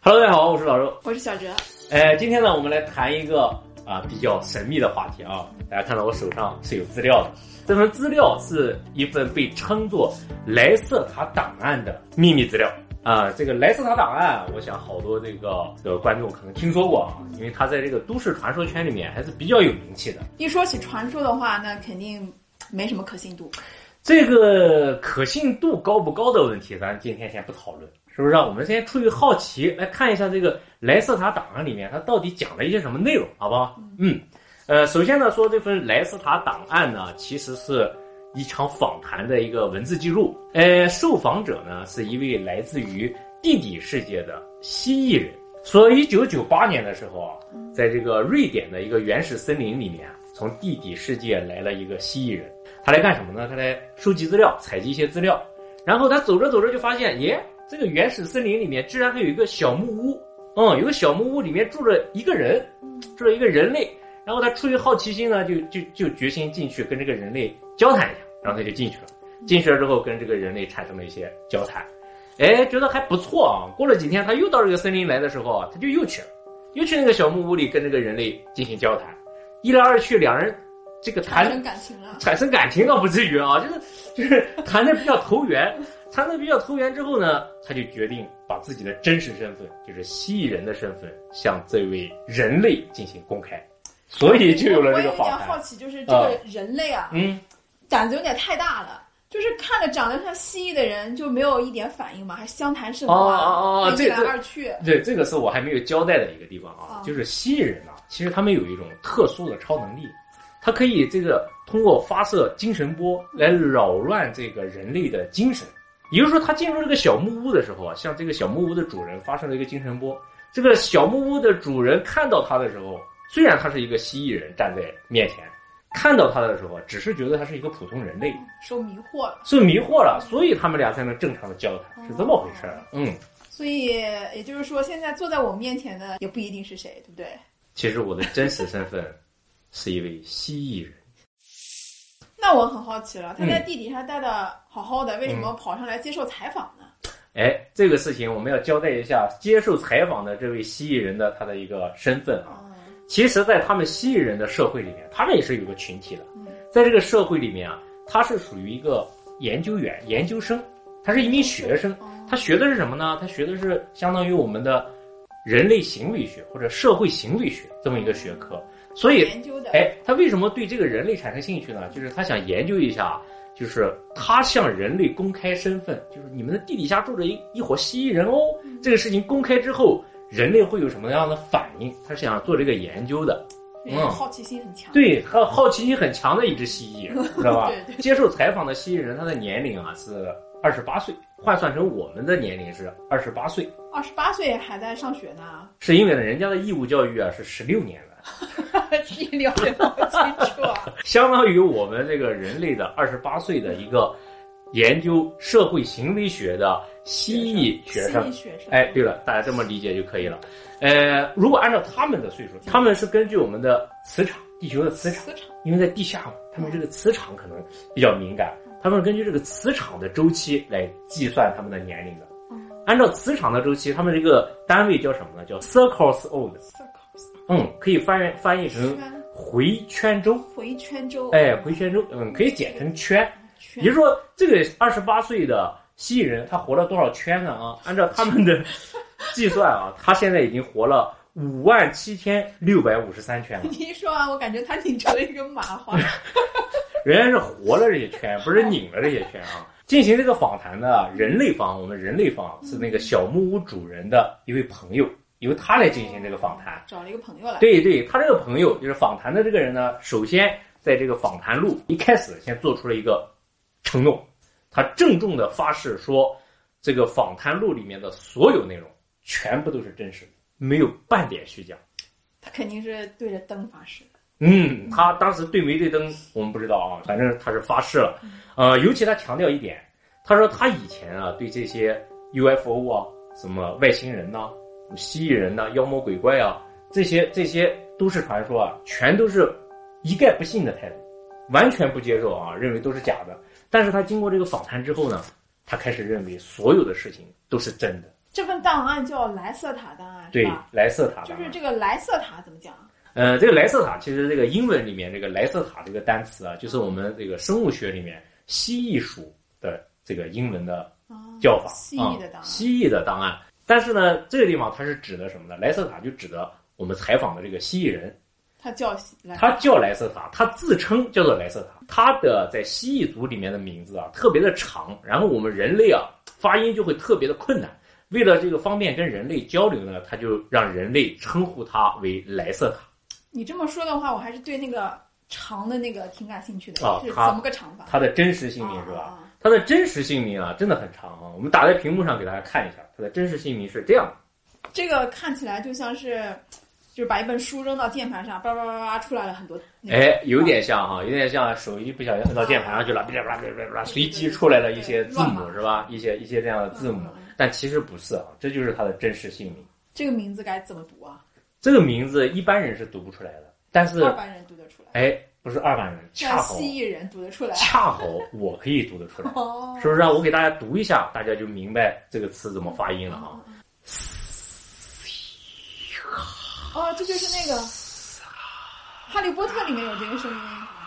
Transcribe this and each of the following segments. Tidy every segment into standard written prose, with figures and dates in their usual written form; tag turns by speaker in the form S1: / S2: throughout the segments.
S1: Hello， 大家好，我是老周，
S2: 我是小哲。
S1: 今天呢，我们来谈一个我是小哲，今天呢，我们来谈一个比较神秘的话题啊。大家看到我手上是有资料的，这份资料是一份被称作莱瑟塔档案的秘密资料啊。这个莱瑟塔档案，我想好多这个观众可能听说过啊，因为它在这个都市传说圈里面还是比较有名气的。
S2: 一说起传说的话，那肯定没什么可信度。
S1: 这个可信度高不高的问题，咱今天先不讨论。是不是？我们先出于好奇来看一下这个莱瑟塔档案里面它到底讲了一些什么内容，好不好？首先呢，说这份莱瑟塔档案呢，其实是一场访谈的一个文字记录。受访者呢是一位来自于地底世界的蜥蜴人。说1998年的时候啊，在这个瑞典的一个原始森林里面，从地底世界来了一个蜥蜴人。他来干什么呢？他来收集资料，采集一些资料。然后他走着走着就发现，这个原始森林里面居然还有一个小木屋，有个小木屋里面住着一个人，住着一个人类。然后他出于好奇心呢，就决心进去跟这个人类交谈一下，然后他就进去了。进去了之后，跟这个人类产生了一些交谈，觉得还不错啊。过了几天，他又到这个森林来的时候啊，他就又去了，又去那个小木屋里跟这个人类进行交谈。一来二去，两人这个产生感情倒不至于啊，就是谈的比较投缘。谈得比较投缘之后呢，他就决定把自己的真实身份，就是蜥蜴人的身份，向这位人类进行公开，所以就有了这个访谈。
S2: 我有点好奇，就是这个人类啊，胆子有点太大了，就是看着长得像蜥蜴的人就没有一点反应嘛，还相谈甚欢，一来二去。
S1: 对，这个是我还没有交代的一个地方啊，就是蜥蜴人啊，其实他们有一种特殊的超能力，他可以通过发射精神波来扰乱这个人类的精神。也就是说，他进入这个小木屋的时候啊，像这个小木屋的主人发生了一个精神波，这个小木屋的主人看到他的时候，虽然他是一个蜥蜴人站在面前，看到他的时候只是觉得他是一个普通人类，
S2: 受迷惑了，
S1: 所以他们俩才能正常的交谈，是这么回事儿。
S2: 所以也就是说，现在坐在我面前的也不一定是谁，对不对？
S1: 其实我的真实身份是一位蜥蜴人。
S2: 那我很好奇了，他在地底下待的好好的，为什么跑上来接受采访呢？
S1: 这个事情我们要交代一下接受采访的这位蜥蜴人的他的一个身份啊。其实在他们蜥蜴人的社会里面，他们也是有个群体的。在这个社会里面啊，他是属于一个研究员、研究生，他是一名学生。他学的是什么呢？他学的是相当于我们的人类行为学或者社会行为学这么一个学科。所以他为什么对这个人类产生兴趣呢？就是他想研究一下，就是他向人类公开身份，就是你们的地底下住着一伙蜥蜴人哦。这个事情公开之后，人类会有什么样的反应？他是想做这个研究的。
S2: 好奇心很强。
S1: 对，好奇心很强的一只蜥蜴，知道吧？
S2: 对。
S1: 接受采访的蜥蜴人，他的年龄啊是28岁，换算成我们的年龄是28岁。
S2: 28岁还在上学呢？
S1: 是因为人家的义务教育啊是16年了。
S2: 你了解那么清楚啊？
S1: 相当于我们这个人类的28岁的一个研究社会行为学的蜥蜴学生。对了，大家这么理解就可以了。如果按照他们的岁数，他们是根据我们的磁场，地球的磁场，因为在地下嘛，他们这个磁场可能比较敏感，他们是根据这个磁场的周期来计算他们的年龄的。按照磁场的周期，他们这个单位叫什么呢？叫 circles old。可以翻译成回圈周。回圈周，可以简称圈。也就是说，这个28岁的蜥蜴人，他活了多少圈呢？啊，按照他们的计算啊，他现在已经活了57653圈了。
S2: 你一说完，我感觉他拧成了一根麻花。
S1: 人家是活了这些圈，不是拧了这些圈啊。进行这个访谈的人类方，我们人类方是那个小木屋主人的一位朋友。由他来进行这个访谈，
S2: 找了一个朋友来。
S1: 对，他这个朋友就是访谈的这个人呢，首先在这个访谈录一开始先做出了一个承诺，他郑重的发誓说，这个访谈录里面的所有内容全部都是真实的，没有半点虚假。
S2: 他肯定是对着灯发誓的。
S1: 他当时对没对灯我们不知道啊，反正他是发誓了。尤其他强调一点，他说他以前啊对这些 UFO 啊，什么外星人呐、蜥蜴人呐、妖魔鬼怪啊，这些都市传说啊，全都是一概不信的态度，完全不接受啊，认为都是假的。但是他经过这个访谈之后呢，他开始认为所有的事情都是真的，
S2: 这份档案叫莱瑟塔档案，
S1: 对，莱瑟塔
S2: 档案。就是这个莱瑟塔怎么讲？
S1: 这个莱瑟塔其实这个英文里面这个莱瑟塔这个单词啊，就是我们这个生物学里面蜥蜴属的这个英文的叫法，
S2: 蜥蜴的档案。
S1: 蜥蜴的档案。但是呢，这个地方它是指的什么呢？莱瑟塔就指的我们采访的这个蜥蜴人，他叫莱瑟塔，他自称叫做莱瑟塔。他的在蜥蜴族里面的名字啊特别的长，然后我们人类啊发音就会特别的困难。为了这个方便跟人类交流呢，他就让人类称呼他为莱瑟塔。
S2: 你这么说的话，我还是对那个长的那个挺感兴趣的是怎么个长法？
S1: 它的真实姓名是吧？它的真实姓名啊真的很长啊，我们打在屏幕上给大家看一下，它的真实姓名是这样的。
S2: 这个看起来就像是就是把一本书扔到键盘上，叭叭叭叭出来了很多。
S1: 有点像哈，有点像手一不小心摁到键盘上去了，叭叭叭叭叭，随机出来了一些字母是吧？一些这样的字母，但其实不是啊，这就是它的真实姓名。
S2: 这个名字该怎么读啊？
S1: 这个名字一般人是读不出来的，但是
S2: 二般人读得出来。
S1: 不是二般人，恰好
S2: 蜥蜴人读得出来，
S1: 恰好我可以读得出来，是不是？我给大家读一下，大家就明白这个词怎么发音了啊。
S2: 这就是那个《哈利波特》里面有这个声音。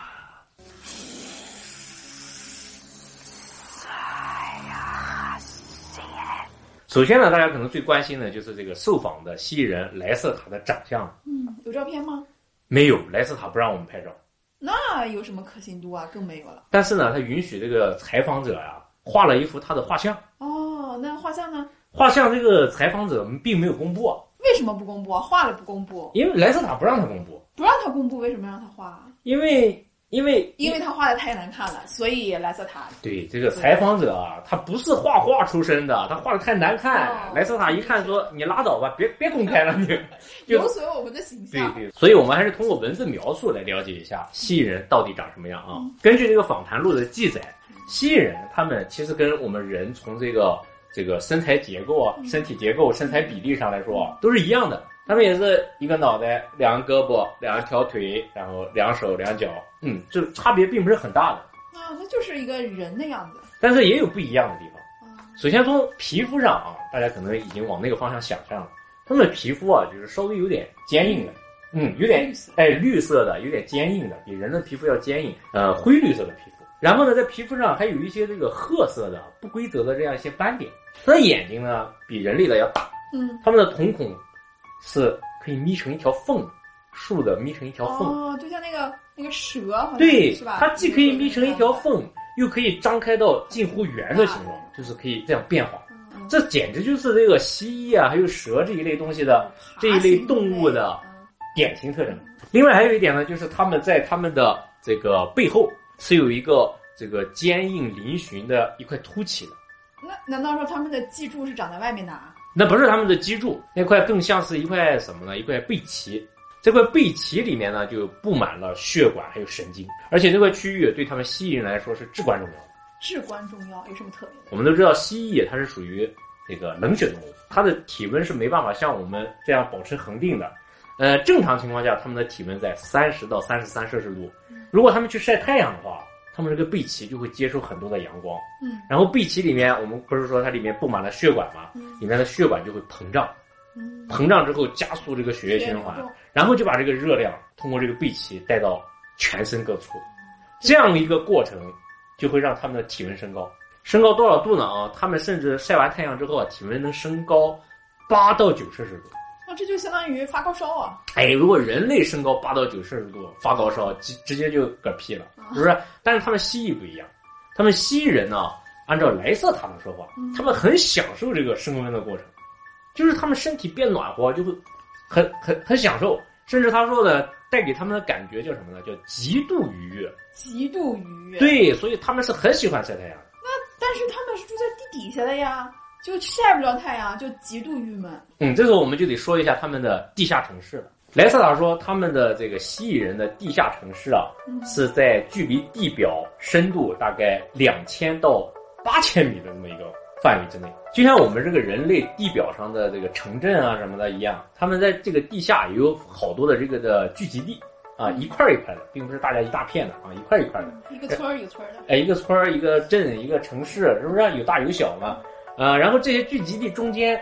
S1: 首先呢，大家可能最关心的就是这个受访的蜥蜴人莱瑟塔的长相。
S2: 有照片吗？
S1: 没有，莱瑟塔不让我们拍照。
S2: 那有什么可信度啊？更没有了。
S1: 但是呢，他允许这个采访者呀画了一幅他的画像。
S2: 那画像呢？
S1: 画像这个采访者并没有公布。
S2: 为什么不公布啊？画了不公布？
S1: 因为莱瑟塔不让他公布。
S2: 不让他公布，为什么让他画？
S1: 因为
S2: 他画的太难看了，所以莱瑟塔。
S1: 对，这个采访者啊，他不是画画出身的，他画的太难看。莱瑟塔一看说：“你拉倒吧，别公开了，你
S2: 有损我们的形象。”
S1: 对，所以我们还是通过文字描述来了解一下蜥蜴人到底长什么样啊。根据这个访谈录的记载，蜥蜴人他们其实跟我们人从这个身材结构啊、身体结构、身材比例上来说都是一样的。他们也是一个脑袋、两个胳膊、两条腿，然后两手两脚，这差别并不是很大的。
S2: 那就是一个人的样子。
S1: 但是也有不一样的地方。首先从皮肤上啊，大家可能已经往那个方向想象了，他们的皮肤啊就是稍微有点坚硬的，有点绿色的，有点坚硬的，比人的皮肤要坚硬，灰绿色的皮肤。然后呢，在皮肤上还有一些这个褐色的、不规则的这样一些斑点。它的眼睛呢比人类的要大，它们的瞳孔是可以眯成一条缝，竖的眯成一条缝。
S2: 就像那个蛇好像，
S1: 对，
S2: 是吧？
S1: 它既可以眯成一条缝，又可以张开到近乎圆的形状，就是可以这样变化。这简直就是这个蜥蜴啊，还有蛇这一类东西的这一类动物的典型特征。另外还有一点呢，就是它们在它们的这个背后是有一个这个坚硬嶙峋的一块凸起的。
S2: 那难道说它们的脊柱是长在外面的啊？
S1: 那不是它们的脊柱，那块更像是一块什么呢？一块背鳍。这块背鳍里面呢，就布满了血管还有神经，而且这块区域对他们蜥蜴人来说是至关重要的。
S2: 至关重要有什么特别？
S1: 我们都知道蜥蜴它是属于这个冷血动物，它的体温是没办法像我们这样保持恒定的。正常情况下，它们的体温在30到33摄氏度。如果它们去晒太阳的话，它们这个背鳍就会接受很多的阳光。然后背鳍里面，我们不是说它里面布满了血管吗？里面的血管就会膨胀。膨胀之后加速这个血液循环，然后就把这个热量通过这个背鳍带到全身各处，这样一个过程就会让他们的体温升高。升高多少度呢？他们甚至晒完太阳之后体温能升高8到9摄氏度。
S2: 这就相当于发高烧啊！
S1: 如果人类升高8到9摄氏度发高烧，直接就嗝屁了，是不是？但是他们蜥蜴不一样，他们蜥蜴人呢，按照莱瑟塔的说法，他们很享受这个升温的过程。就是他们身体变暖和，就会很享受，甚至他说的带给他们的感觉叫什么呢？叫极度愉悦。极度愉悦。对，所以他们是很喜欢晒太阳的。
S2: 但是他们是住在地底下的呀，就晒不着太阳，就极度郁闷。
S1: 这时候我们就得说一下他们的地下城市了。莱瑟塔说，他们的这个蜥蜴人的地下城市啊，是在距离地表深度大概2000到8000米的这么一个范围之内，就像我们这个人类地表上的这个城镇啊什么的一样，他们在这个地下也有好多的这个的聚集地啊，一块一块的，并不是大家一大片的啊，一块一块的，
S2: 一个村一个村的，
S1: 一个村一个镇一个城市，是不是有大有小嘛？然后这些聚集地中间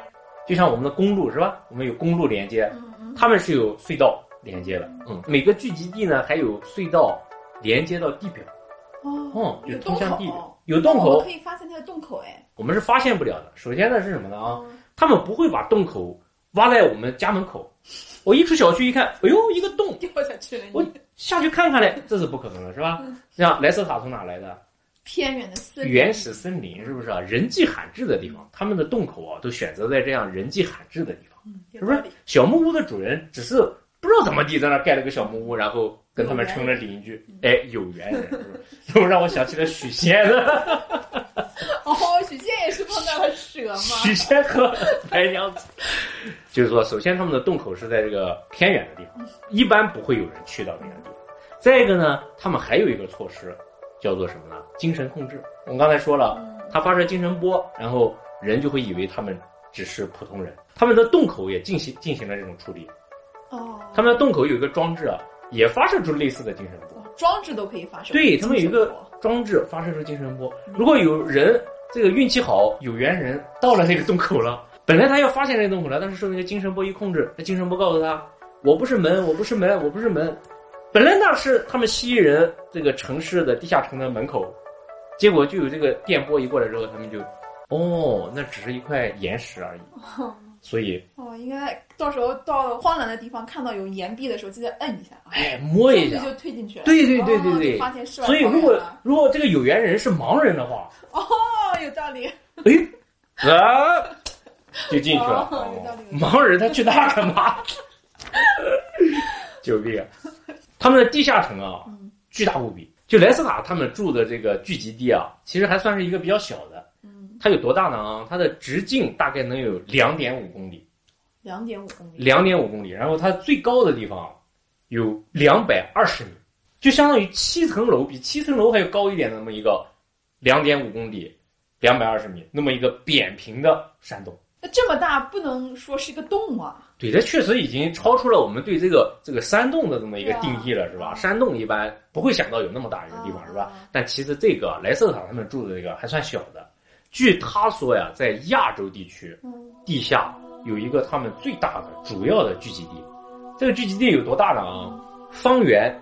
S1: 就像我们的公路是吧？我们有公路连接，他们是有隧道连接的。每个聚集地呢还有隧道连接到地表。有通向地表，有洞口，
S2: 我们可以发现它的洞口哎。
S1: 我们是发现不了的。首先呢是什么呢啊？他们不会把洞口挖在我们家门口。我一出小区一看，哎呦，一个洞
S2: 掉下去了，
S1: 我下去看看嘞，这是不可能的，是吧？像莱瑟塔从哪来的？
S2: 偏远的森林，
S1: 原始森林是不是啊？人迹罕至的地方，他们的洞口啊都选择在这样人迹罕至的地方，是不是？小木屋的主人只是不知道怎么地在那盖了个小木屋，然后跟他们成了邻居，有缘人，是不是？让我想起了许仙的。
S2: 许仙也是碰到了蛇吗？
S1: 许仙和白娘子，就是说，首先他们的洞口是在这个偏远的地方，一般不会有人去到那个地方。再一个呢，他们还有一个措施，叫做什么呢？精神控制。我们刚才说了，他发射精神波，然后人就会以为他们只是普通人。他们的洞口也进行了这种处理。他们的洞口有一个装置啊，也发射出类似的精神波。
S2: 装置都可以发射。
S1: 对，他们有一个装置发射出精神波。如果有人这个运气好，有缘人到了那个洞口了，本来他要发现这个洞口了，但是受那个精神波一控制，那精神波告诉他，我不是门，我不是门，我不是门。本来那是他们蜥蜴人这个城市的地下城的门口，结果就有这个电波一过来之后，他们就，那只是一块岩石而已。所以
S2: 应该到时候到荒凉的地方看到有岩壁的时候，记得摁一下，
S1: 摸一下
S2: 就推进去了。
S1: 对，
S2: 就发现
S1: 所以如果这个有缘人是盲人的话，
S2: 有道理。
S1: 就进去了。盲人他去那干嘛？救命啊！他们的地下城啊，巨大无比。就莱斯塔他们住的这个聚集地啊，其实还算是一个比较小的。它有多大呢？啊，它的直径大概能有2.5公里。2.5公里。然后它最高的地方有220米，就相当于7层楼，比7层楼还要高一点的那么一个2.5公里，220米，那么一个扁平的山洞。
S2: 那这么大，不能说是一个洞啊。
S1: 对，这确实已经超出了我们对这个山洞的这么一个定义了，是吧？山洞一般不会想到有那么大一个地方，是吧？但其实这个莱瑟塔他们住的这个还算小的。据他说呀，在亚洲地区，地下有一个他们最大的主要的聚集地。这个聚集地有多大呢？啊，方圆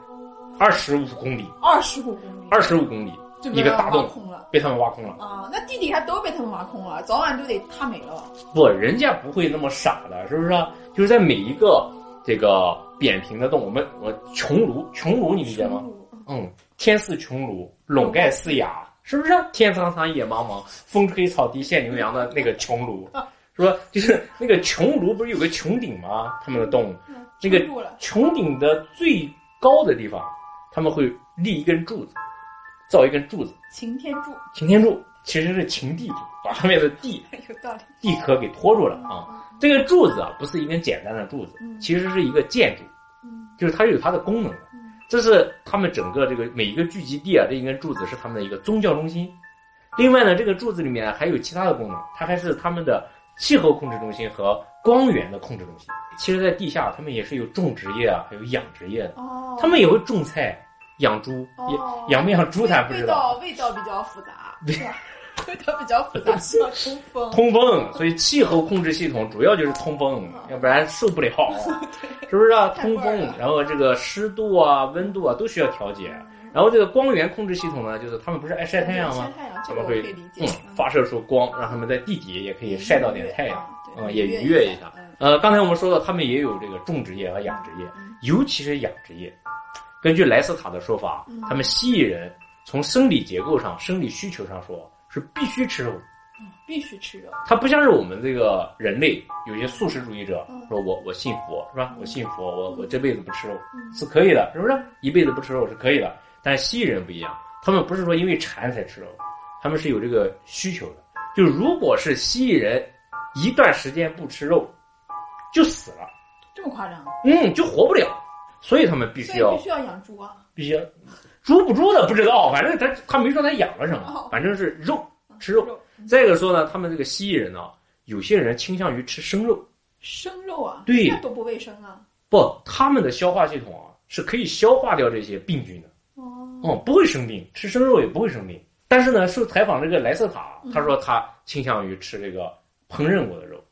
S1: 25公里。25公里，一个大洞被他们挖空了
S2: 啊！那地底下都被他们挖空了，早晚都得塌没了。
S1: 不，人家不会那么傻的，是不是？就是在每一个这个扁平的洞，我穹庐你理解吗？天似穹庐，笼盖四野。是不是天苍苍野茫茫，风吹草低见牛羊的那个穹庐，是吧？就是那个穹庐不是有个穹顶吗？他们的洞，那个穹顶的最高的地方，他们会立一根柱子，造一根柱子，擎天柱其实是擎地柱，把上面的地壳给托住了啊。这个柱子啊，不是一根简单的柱子，其实是一个建筑，就是它有它的功能的。这是他们整个这个每一个聚集地啊，这一根柱子是他们的一个宗教中心。另外呢，这个柱子里面还有其他的功能，它还是他们的气候控制中心和光源的控制中心。其实在地下他们也是有种植业啊，还有养殖业的。他们也会种菜、养猪，养不养猪咱不知道。
S2: 味道比较复杂，对吧？味道比较复杂，需要
S1: 通风，所以气候控制系统主要就是通风，要不然受不了，是不是啊？通风，然后这个湿度啊、温度啊都需要调节。然后这个光源控制系统呢，就是他们不是爱晒太阳吗？他们会发射出光，让他们在地底也可以晒到点太阳，也愉悦一下。刚才我们说到，他们也有这个种植业和养殖业，尤其是养殖业。根据莱斯塔的说法，他们蜥蜴人从生理结构上、生理需求上说。是必须吃肉，它不像是我们这个人类，有些素食主义者说我信佛是吧？我信佛，我这辈子不吃肉是可以的，是不是？一辈子不吃肉是可以的。但是蜥蜴人不一样，他们不是说因为馋才吃肉，他们是有这个需求的。就如果是蜥蜴人一段时间不吃肉，就死了，
S2: 这么夸张？
S1: 就活不了，所以他们必须要
S2: 养猪啊，
S1: 必须要。猪不猪的不知道，反正他没说他养了什么，反正是肉，吃肉。再一个说呢，他们这个蜥蜴人呢，有些人倾向于吃生肉。
S2: 生肉啊？
S1: 对，
S2: 那多不卫生啊！
S1: 不，他们的消化系统啊是可以消化掉这些病菌的。不会生病，吃生肉也不会生病。但是呢，受采访这个莱瑟塔，他说他倾向于吃这个烹饪过的肉，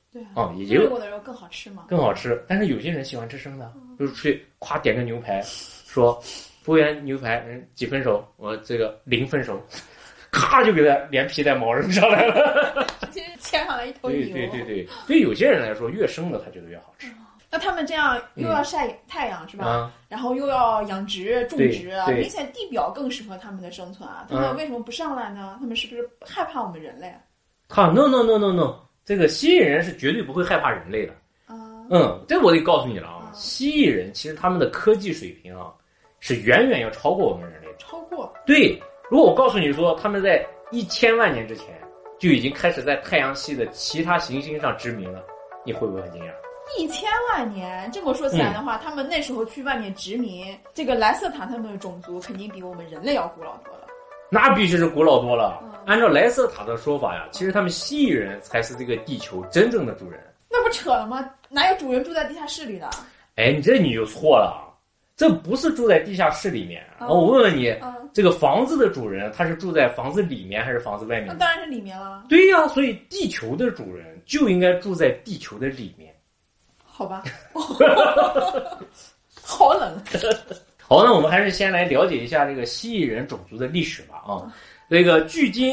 S2: 对
S1: 啊，也有
S2: 过的肉更好吃嘛，
S1: 更好吃。但是有些人喜欢吃生的，就是去夸点个牛排，说服务员牛排几分熟，我这个0分熟，咔就给他连皮带毛扔上来了，
S2: 直接切上来一头牛。
S1: 对有些人来说，越生的他觉得越好吃。
S2: 那他们这样又要晒太阳是吧？然后又要养殖种植，明显地表更适合他们的生存啊。他们为什么不上来呢？他们是不是害怕我们人类？
S1: 好 ，no， 这个蜥蜴人是绝对不会害怕人类的。这我得告诉你了啊，蜥蜴人其实他们的科技水平啊，是远远要超过我们人类的。
S2: 超过？对，
S1: 如果我告诉你说他们在1000万年之前就已经开始在太阳系的其他行星上殖民了，你会不会很惊讶
S2: ？1000万年，这么说起来的话，他们那时候去外面殖民，这个莱瑟塔他们的种族肯定比我们人类要古老多了。
S1: 那必须是古老多了。按照莱瑟塔的说法呀，其实他们蜥蜴人才是这个地球真正的主人。
S2: 那不扯了吗？哪有主人住在地下室里的？
S1: 哎，你就错了，这不是住在地下室里面。我问问你，这个房子的主人他是住在房子里面还是房子外面？
S2: 那当然是里面了。
S1: 对呀，所以地球的主人就应该住在地球的里面。
S2: 好吧，好冷。
S1: 好，那我们还是先来了解一下这个蜥蜴人种族的历史吧啊。这个距今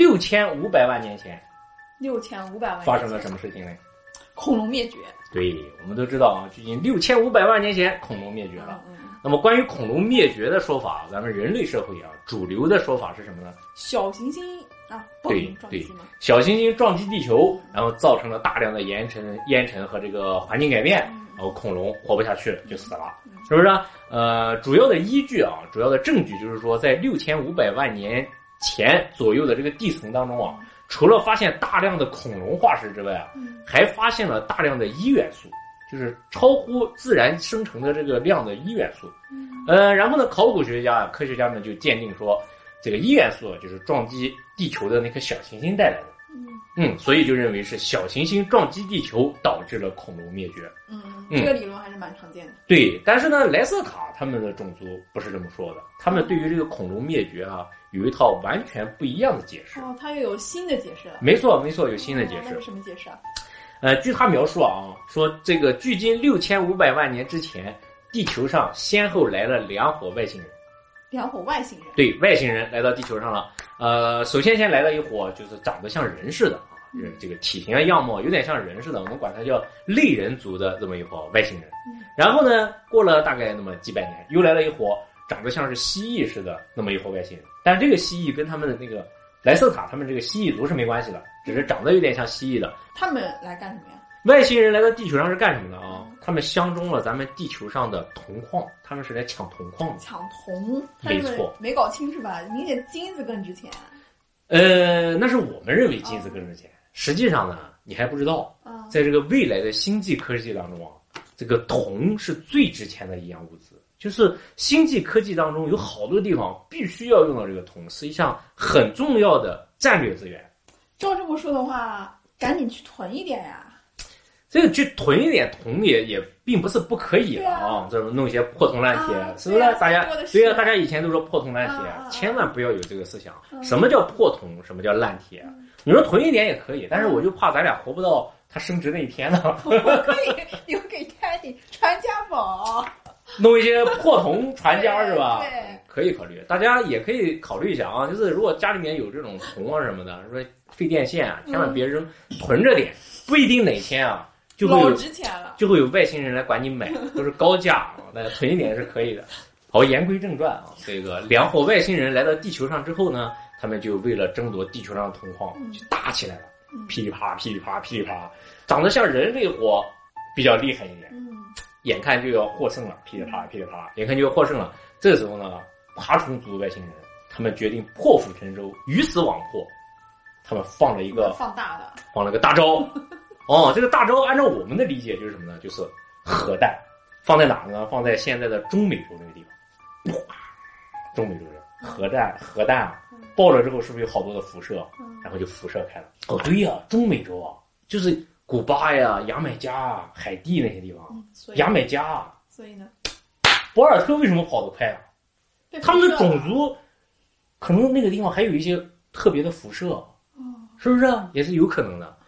S1: 6500万年前
S2: ，6500万年
S1: 发生了什么事情呢？
S2: 恐龙灭绝。
S1: 对，我们都知道啊，距今6500万年前恐龙灭绝了。那么关于恐龙灭绝的说法，咱们人类社会啊，主流的说法是什么呢？
S2: 小行星
S1: 对，小行星撞击地球，然后造成了大量的烟尘和这个环境改变，然后恐龙活不下去了，就死了，是不是？主要的依据啊，主要的证据就是说，在6500万年前左右的这个地层当中啊，除了发现大量的恐龙化石之外啊，还发现了大量的铱元素，就是超乎自然生成的这个量的铱元素。然后呢，考古学家、科学家们就鉴定说，这个铱元素就是撞击地球的那颗小行星带来的。所以就认为是小行星撞击地球导致了恐龙灭绝。
S2: 这个理论还是蛮常见的。
S1: 对，但是呢，莱瑟塔他们的种族不是这么说的，他们对于这个恐龙灭绝啊，有一套完全不一样的解释。
S2: 他又有新的解释了。
S1: 没错，有新的解释。
S2: 那是什么解释啊？
S1: 据他描述啊，说这个距今6500万年之前，地球上先后来了2伙外星人。
S2: 2伙外星人？
S1: 对，外星人来到地球上了。首先来了一伙就是长得像人似的啊，这个体型啊样貌有点像人似的，我们管它叫类人族的这么一伙外星人。然后呢，过了大概那么几百年，又来了一伙长得像是蜥蜴似的那么一伙外星人。但是这个蜥蜴跟他们的那个莱瑟塔他们这个蜥蜴族是没关系的，只是长得有点像蜥蜴的。
S2: 他们来干什么呀？
S1: 外星人来到地球上是干什么的啊？他们相中了咱们地球上的铜矿，他们是来抢铜矿的。
S2: 抢铜？
S1: 没错，
S2: 没搞清是吧？明显金子更值钱。
S1: 那是我们认为金子更值钱。实际上呢，你还不知道，在这个未来的星际科技当中啊，这个铜是最值钱的一样物资。就是星际科技当中有好多地方必须要用到这个铜，是一项很重要的战略资源。
S2: 照这么说的话，赶紧去囤一点呀。
S1: 这个去囤一点铜也并不是不可以的啊，这弄一些破铜烂铁，是不是？大家以前都说破铜烂铁，千万不要有这个思想。什么叫破铜？什么叫烂铁？你说囤一点也可以，但是我就怕咱俩活不到它升值那一天呢。
S2: 可以留给泰迪传家宝，
S1: 弄一些破铜传家是吧？
S2: 对，
S1: 可以考虑，大家也可以考虑一下啊。就是如果家里面有这种铜啊什么的，说废电线啊，千万别扔，囤着点，不一定哪天啊。就会有外星人来管你买，都是高价啊，大家囤一点是可以的。好，言归正传啊，这个2伙外星人来到地球上之后呢，他们就为了争夺地球上的铜矿就打起来了，噼里啪噼里啪噼里啪，长得像人这一伙比较厉害一点，眼看就要获胜了，噼里啪噼里啪，眼看就要获胜了。这个时候呢，爬虫族外星人他们决定破釜沉舟，鱼死网破，他们放了个大招。这个大招按照我们的理解就是什么呢？就是核弹，放在哪呢？放在现在的中美洲那个地方。中美洲核弹啊，爆了之后是不是有好多的辐射？然后就辐射开了。对呀，中美洲啊，就是古巴呀、牙买加啊、海地那些地方。牙买加啊，
S2: 所以呢，
S1: 博尔特为什么跑得快啊？他们的种族可能那个地方还有一些特别的辐射，是不是？也是有可能的。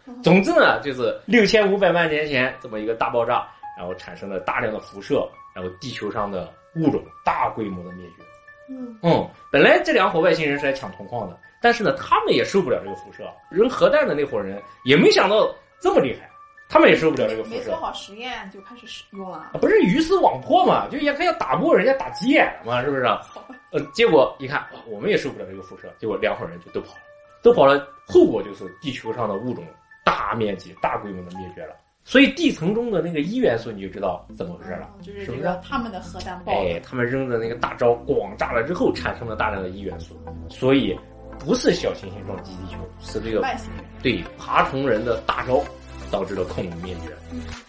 S1: 总之呢，就是6500万年前这么一个大爆炸，然后产生了大量的辐射，然后地球上的物种大规模的灭绝。本来这两伙外星人是来抢铜矿的，但是呢，他们也受不了这个辐射。扔核弹的那伙人也没想到这么厉害，他们也受不了这个辐射。
S2: 没做好实验就开始使用了，
S1: 不是鱼死网破嘛？就眼看要打不过人家，打急眼了嘛，是不是？结果一看，我们也受不了这个辐射，结果两伙人就都跑了，后果就是地球上的物种大面积、大规模的灭绝了。所以地层中的那个1元素你就知道怎么回事了，
S2: 就是这个他们的核弹爆
S1: 他们扔的那个大招广炸了之后产生了大量的1元素，所以不是小行星撞击地球，是这个
S2: 外星人
S1: 对爬虫人的大招导致了恐龙灭绝。